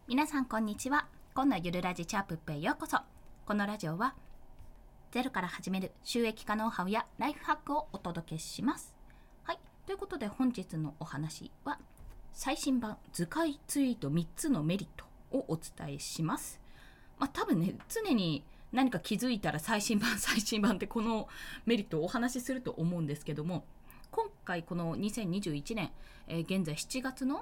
皆さんこんにちは。今のゆるラジチャープップへようこそ。このラジオはゼロから始める収益化ノウハウやライフハックをお届けします。はい、ということで本日のお話は最新版図解ツイート3つのメリットをお伝えします。多分ね、常に何か気づいたら最新版ってこのメリットをお話しすると思うんですけども、今回この2021年、現在7月の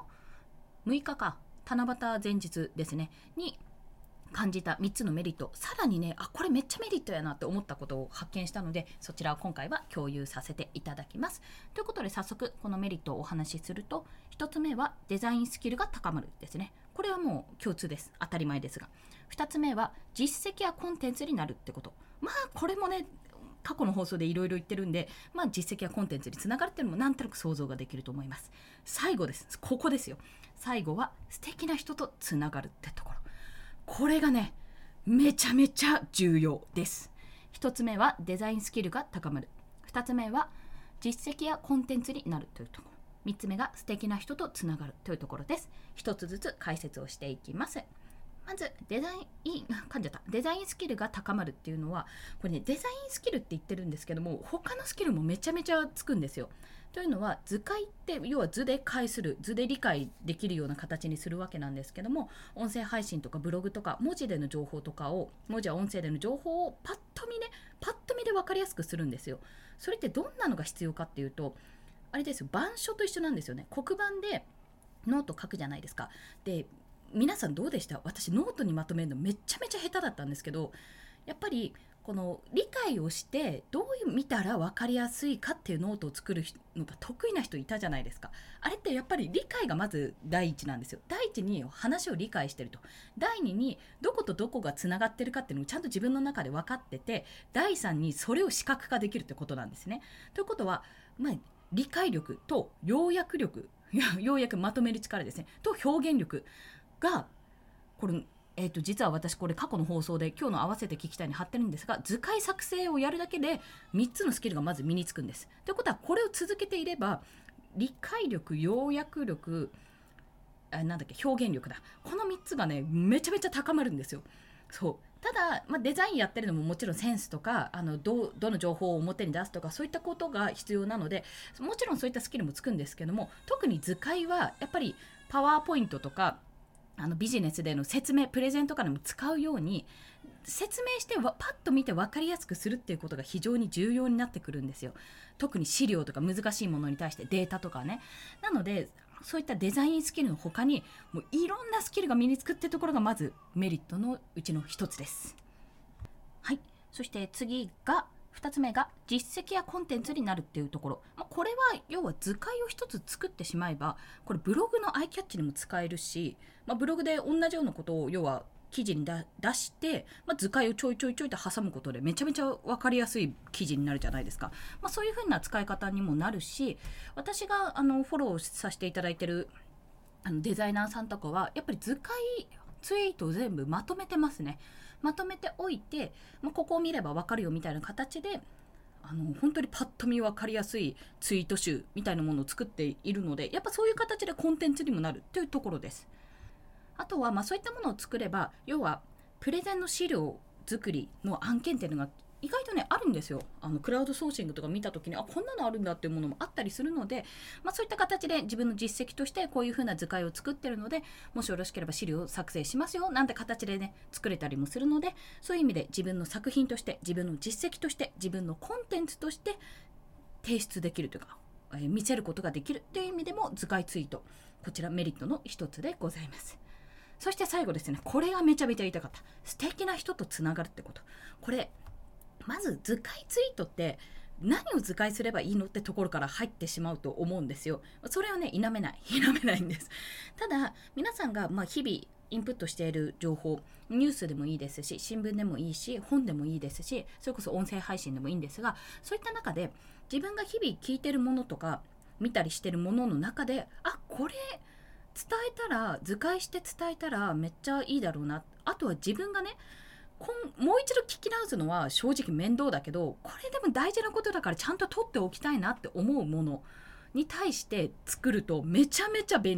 6日か七夕前日ですねに感じた3つのメリット、さらにね、これめっちゃメリットやなって思ったことを発見したので、そちらを今回は共有させていただきます。ということで早速このメリットをお話しすると、1つ目はデザインスキルが高まるですね。これはもう共通です、当たり前ですが。2つ目は実績やコンテンツになるってこと。これもね、過去の放送でいろいろ言ってるんで、実績やコンテンツにつながるっていうのもなんとなく想像ができると思います。最後です。ここですよ。最後は素敵な人とつながるってところ。これがね、めちゃめちゃ重要です。1つ目はデザインスキルが高まる。2つ目は実績やコンテンツになるというところ。3つ目が素敵な人とつながるというところです。1つずつ解説をしていきます。まずデザインスキルが高まるっていうのは、これね、デザインスキルって言ってるんですけども、他のスキルもめちゃめちゃつくんですよ。というのは、図解って要は図で解する、図で理解できるような形にするわけなんですけども、音声配信とかブログとか文字での情報とかを、文字や音声での情報をパッと見で分かりやすくするんですよ。それってどんなのが必要かっていうと、あれですよ、板書と一緒なんですよね。黒板でノート書くじゃないですか。で、皆さんどうでした？私ノートにまとめるのめちゃめちゃ下手だったんですけど、やっぱりこの理解をしてどう見たら分かりやすいかっていうノートを作るのが得意な人いたじゃないですか。あれってやっぱり理解がまず第一なんですよ。第一に話を理解してると、第二にどことどこがつながってるかっていうのをちゃんと自分の中で分かってて、第三にそれを視覚化できるってことなんですね。ということは、理解力と要約力要約まとめる力ですね、と表現力が、これ実は私これ過去の放送で今日の合わせて聞きたいに貼ってるんですが、図解作成をやるだけで3つのスキルがまず身につくんです。ということは、これを続けていれば理解力、要約力、表現力だ、この3つがねめちゃめちゃ高まるんですよ。そうただ、デザインやってるのももちろんセンスとかどの情報を表に出すとか、そういったことが必要なので、もちろんそういったスキルもつくんですけども、特に図解はやっぱりパワーポイントとかビジネスでの説明、プレゼンとかでも使うように説明してパッと見て分かりやすくするっていうことが非常に重要になってくるんですよ。特に資料とか難しいものに対してデータとかね。なのでそういったデザインスキルの他にもういろんなスキルが身につくってところがまずメリットのうちの一つです。はい、そして次が2つ目が実績やコンテンツになるっていうところ。これは要は図解を一つ作ってしまえば、これブログのアイキャッチにも使えるし、ブログで同じようなことを要は記事に出して、図解をちょいちょいと挟むことでめちゃめちゃ分かりやすい記事になるじゃないですか。そういう風な使い方にもなるし、私がフォローさせていただいてるデザイナーさんとかはやっぱり図解ツイートを全部まとめてますね。まとめておいて、ここを見れば分かるよみたいな形で本当にパッと見分かりやすいツイート集みたいなものを作っているので、やっぱそういう形でコンテンツにもなるというところです。あとはそういったものを作れば、要はプレゼンの資料作りの案件っていうのが意外とねあるんですよ。クラウドソーシングとか見た時にこんなのあるんだっていうものもあったりするので、そういった形で自分の実績としてこういう風な図解を作ってるので、もしよろしければ資料を作成しますよなんて形でね作れたりもするので、そういう意味で自分の作品として、自分の実績として、自分のコンテンツとして提出できるというか、見せることができるという意味でも図解ツイート、こちらメリットの一つでございます。そして最後ですね、これがめちゃめちゃ言いたかった、素敵な人とつながるってこと。これまず図解ツイートって何を図解すればいいのってところから入ってしまうと思うんですよ。それはね否めないんです。ただ皆さんが日々インプットしている情報、ニュースでもいいですし、新聞でもいいし、本でもいいですし、それこそ音声配信でもいいんですが、そういった中で自分が日々聞いてるものとか見たりしてるものの中で、これ伝えたら、図解して伝えたらめっちゃいいだろうな、あとは自分がねもう一度聞き直すのは正直面倒だけど、これでも大事なことだからちゃんと取っておきたいなって思うものに対して作るとめちゃめちゃ便利。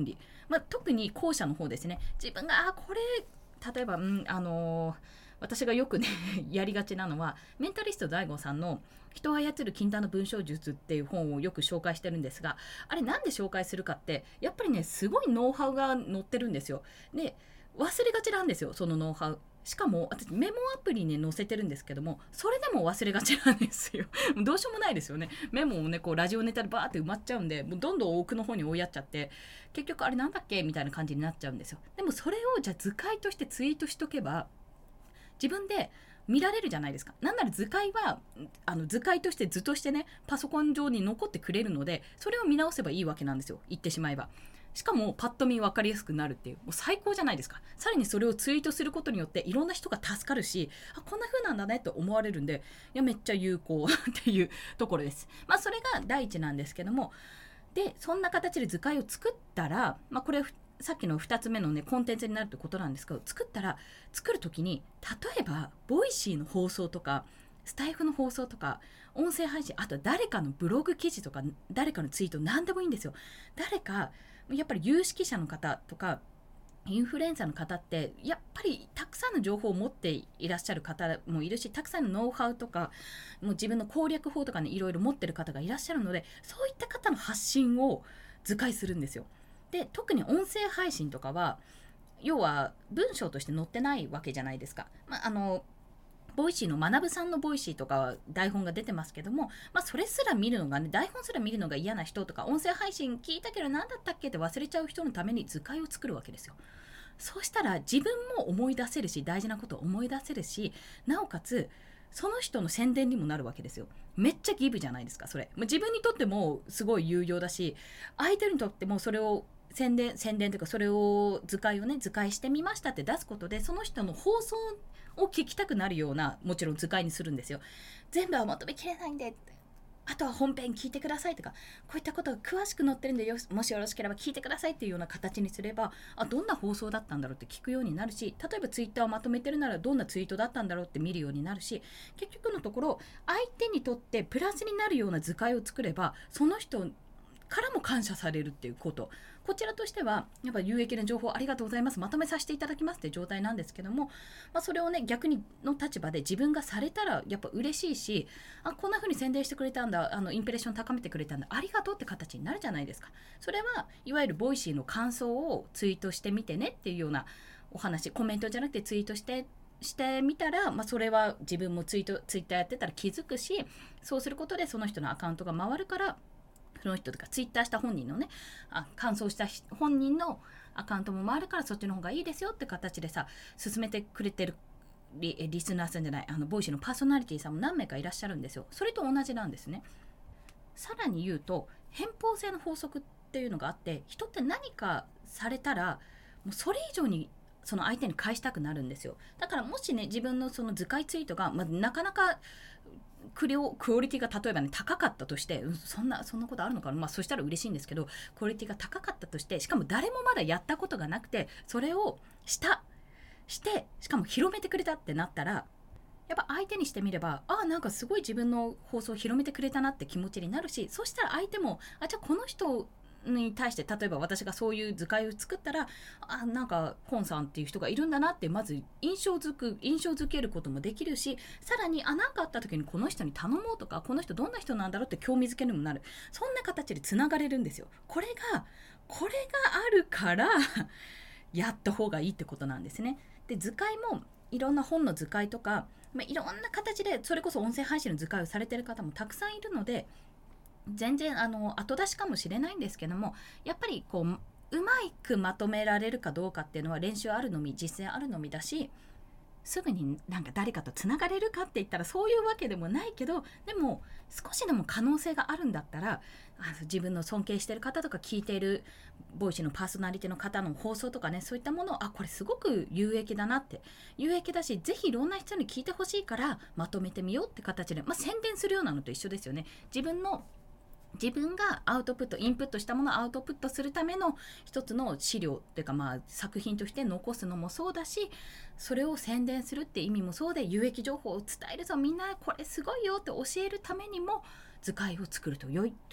特に後者の方ですね。自分がこれ例えば、私がよくねやりがちなのは、メンタリスト DAIGO さんの人を操る禁断の文章術っていう本をよく紹介してるんですが、あれなんで紹介するかって、やっぱりねすごいノウハウが載ってるんですよ。で、忘れがちなんですよ、そのノウハウ。しかも私メモアプリに載せてるんですけども、それでも忘れがちなんですよどうしようもないですよね。メモをねこうラジオネタでバーって埋まっちゃうんで、もうどんどん奥の方に追いやっちゃって、結局あれなんだっけみたいな感じになっちゃうんですよ。でもそれをじゃあ図解としてツイートしとけば自分で見られるじゃないですか。なんなら図解は図解として図としてねパソコン上に残ってくれるので、それを見直せばいいわけなんですよ、言ってしまえば。しかもパッと見分かりやすくなるっていう、もう最高じゃないですか。さらにそれをツイートすることによっていろんな人が助かるし、こんな風なんだねと思われるんで、いやめっちゃ有効っていうところです。それが第一なんですけども、でそんな形で図解を作ったら、これさっきの2つ目のねコンテンツになるってことなんですけど、作る時に例えばボイシーの放送とかスタイフの放送とか音声配信、あとは誰かのブログ記事とか誰かのツイート、何でもいいんですよ。誰かやっぱり有識者の方とかインフルエンサーの方ってやっぱりたくさんの情報を持っていらっしゃる方もいるし、たくさんのノウハウとかもう自分の攻略法とかねいろいろ持ってる方がいらっしゃるので、そういった方の発信を図解するんですよ。で特に音声配信とかは要は文章として載ってないわけじゃないですか。ボイシーの学さんのボイシーとかは台本が出てますけども、それすら見るのがね、台本すら見るのが嫌な人とか、音声配信聞いたけど何だったっけって忘れちゃう人のために図解を作るわけですよ。そうしたら自分も思い出せるし、大事なことを思い出せるし、なおかつその人の宣伝にもなるわけですよ。めっちゃギブじゃないですか、それ。自分にとってもすごい有用だし、相手にとってもそれを宣伝というか、それを図解してみましたって出すことで、その人の放送を聞きたくなるような、もちろん図解にするんですよ。全部はまとめきれないんで、あとは本編聞いてくださいとか、こういったことが詳しく載ってるんで、もしよろしければ聞いてくださいっていうような形にすれば、どんな放送だったんだろうって聞くようになるし、例えばツイッターをまとめてるならどんなツイートだったんだろうって見るようになるし、結局のところ相手にとってプラスになるような図解を作れば、その人からも感謝されるっていうこと、こちらとしてはやっぱ有益な情報ありがとうございます、まとめさせていただきますって状態なんですけども、それをね逆にの立場で自分がされたらやっぱ嬉しいし、こんな風に宣伝してくれたんだ、インプレッション高めてくれたんだ、ありがとうって形になるじゃないですか。それはいわゆるボイシーの感想をツイートしてみてねっていうようなお話、コメントじゃなくてツイートしてみたら、それは自分もツイッターやってたら気づくし、そうすることでその人のアカウントが回るから、その人とかツイッターした本人のね、感想した本人のアカウントも回るから、そっちの方がいいですよって形でさ進めてくれてるリスナーさんじゃない、ボイシーのパーソナリティさんも何名かいらっしゃるんですよ。それと同じなんですね。さらに言うと、偏方性の法則っていうのがあって、人って何かされたらもうそれ以上にその相手に返したくなるんですよ。だからもしね自分のその図解ツイートが、なかなかクオリティが例えばね高かったとして、そんなことあるのかな、そしたら嬉しいんですけど、クオリティが高かったとして、しかも誰もまだやったことがなくて、それをしてしかも広めてくれたってなったら、やっぱ相手にしてみれば、なんかすごい自分の放送を広めてくれたなって気持ちになるし、そしたら相手もじゃあこの人に対して、例えば私がそういう図解を作ったら、なんかコンさんっていう人がいるんだなって、まず印象づけることもできるし、さらに何かあった時にこの人に頼もうとか、この人どんな人なんだろうって興味づけにもなる。そんな形でつながれるんですよ。これがあるからやった方がいいってことなんですね。で図解もいろんな本の図解とか、いろんな形で、それこそ音声配信の図解をされている方もたくさんいるので、全然後出しかもしれないんですけども、やっぱりこううまくまとめられるかどうかっていうのは練習あるのみ、実践あるのみだし、すぐになんか誰かとつながれるかって言ったらそういうわけでもないけど、でも少しでも可能性があるんだったら、自分の尊敬している方とか聞いているボイシーのパーソナリティの方の放送とかね、そういったものをこれすごく有益だなって、有益だしぜひいろんな人に聞いてほしいからまとめてみようって形で、宣伝するようなのと一緒ですよね。自分がインプットしたものをアウトプットするための一つの資料っていうか、作品として残すのもそうだし、それを宣伝するって意味もそうで、有益情報を伝えるぞ、みんなこれすごいよって教えるためにも図解を作ると良いという、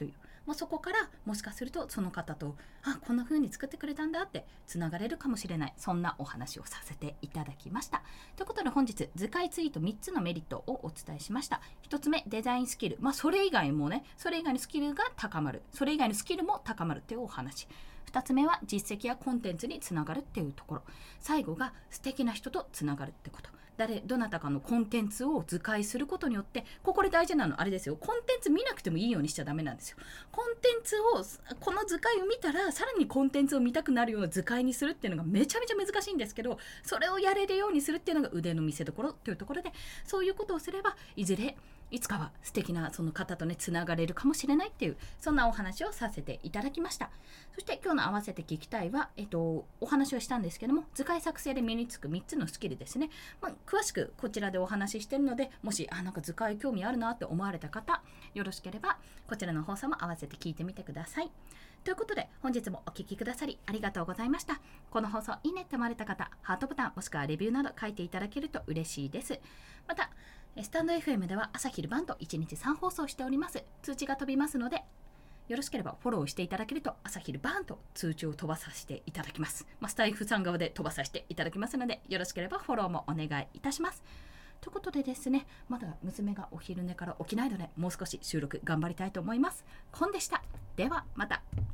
そこからもしかするとその方とこんな風に作ってくれたんだってつながれるかもしれない、そんなお話をさせていただきました。ということで本日図解ツイート3つのメリットをお伝えしました。1つ目、デザインスキル、それ以外もね、それ以外のスキルが高まる、それ以外のスキルも高まるというお話。2つ目は実績やコンテンツにつながるっていうところ。最後が素敵な人とつながるってこと。どなたかのコンテンツを図解することによって、これ大事なのあれですよ、コンテンツ見なくてもいいようにしちゃダメなんですよ。コンテンツを、この図解を見たらさらにコンテンツを見たくなるような図解にするっていうのがめちゃめちゃ難しいんですけど、それをやれるようにするっていうのが腕の見せ所というところで、そういうことをすればいつかは素敵なその方とねつながれるかもしれないっていう、そんなお話をさせていただきました。そして今日の合わせて聞きたいは、お話をしたんですけども、図解作成で身につく3つのスキルですね。詳しくこちらでお話ししているので、もしなんか図解興味あるなって思われた方、よろしければこちらの放送も合わせて聞いてみてください。ということで本日もお聞きくださりありがとうございました。この放送いいねって思われた方、ハートボタンもしくはレビューなど書いていただけると嬉しいです。またスタンド FM では朝昼晩と1日3放送しております。通知が飛びますので、よろしければフォローしていただけると朝昼晩と通知を飛ばさせていただきます。スタイフさん側で飛ばさせていただきますので、よろしければフォローもお願いいたします。ということでですね、まだ娘がお昼寝から起きないので、もう少し収録頑張りたいと思います。コンでした。ではまた。